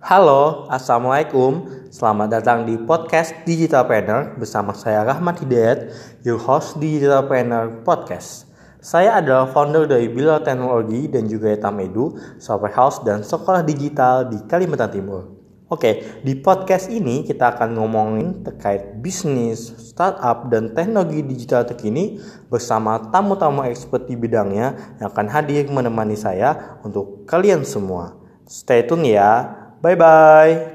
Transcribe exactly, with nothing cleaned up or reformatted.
Halo, Assalamualaikum. Selamat datang di podcast Digitalpreneur bersama saya Rahmat Hidayat, your host Digitalpreneur Podcast. Saya adalah founder dari Bilal Teknologi dan juga Etam Edu, software house dan sekolah digital di Kalimantan Timur. Oke, di podcast ini kita akan ngomongin terkait bisnis, startup, dan teknologi digital terkini bersama tamu-tamu expert di bidangnya yang akan hadir menemani saya untuk kalian semua. Stay tune ya. Bye-bye.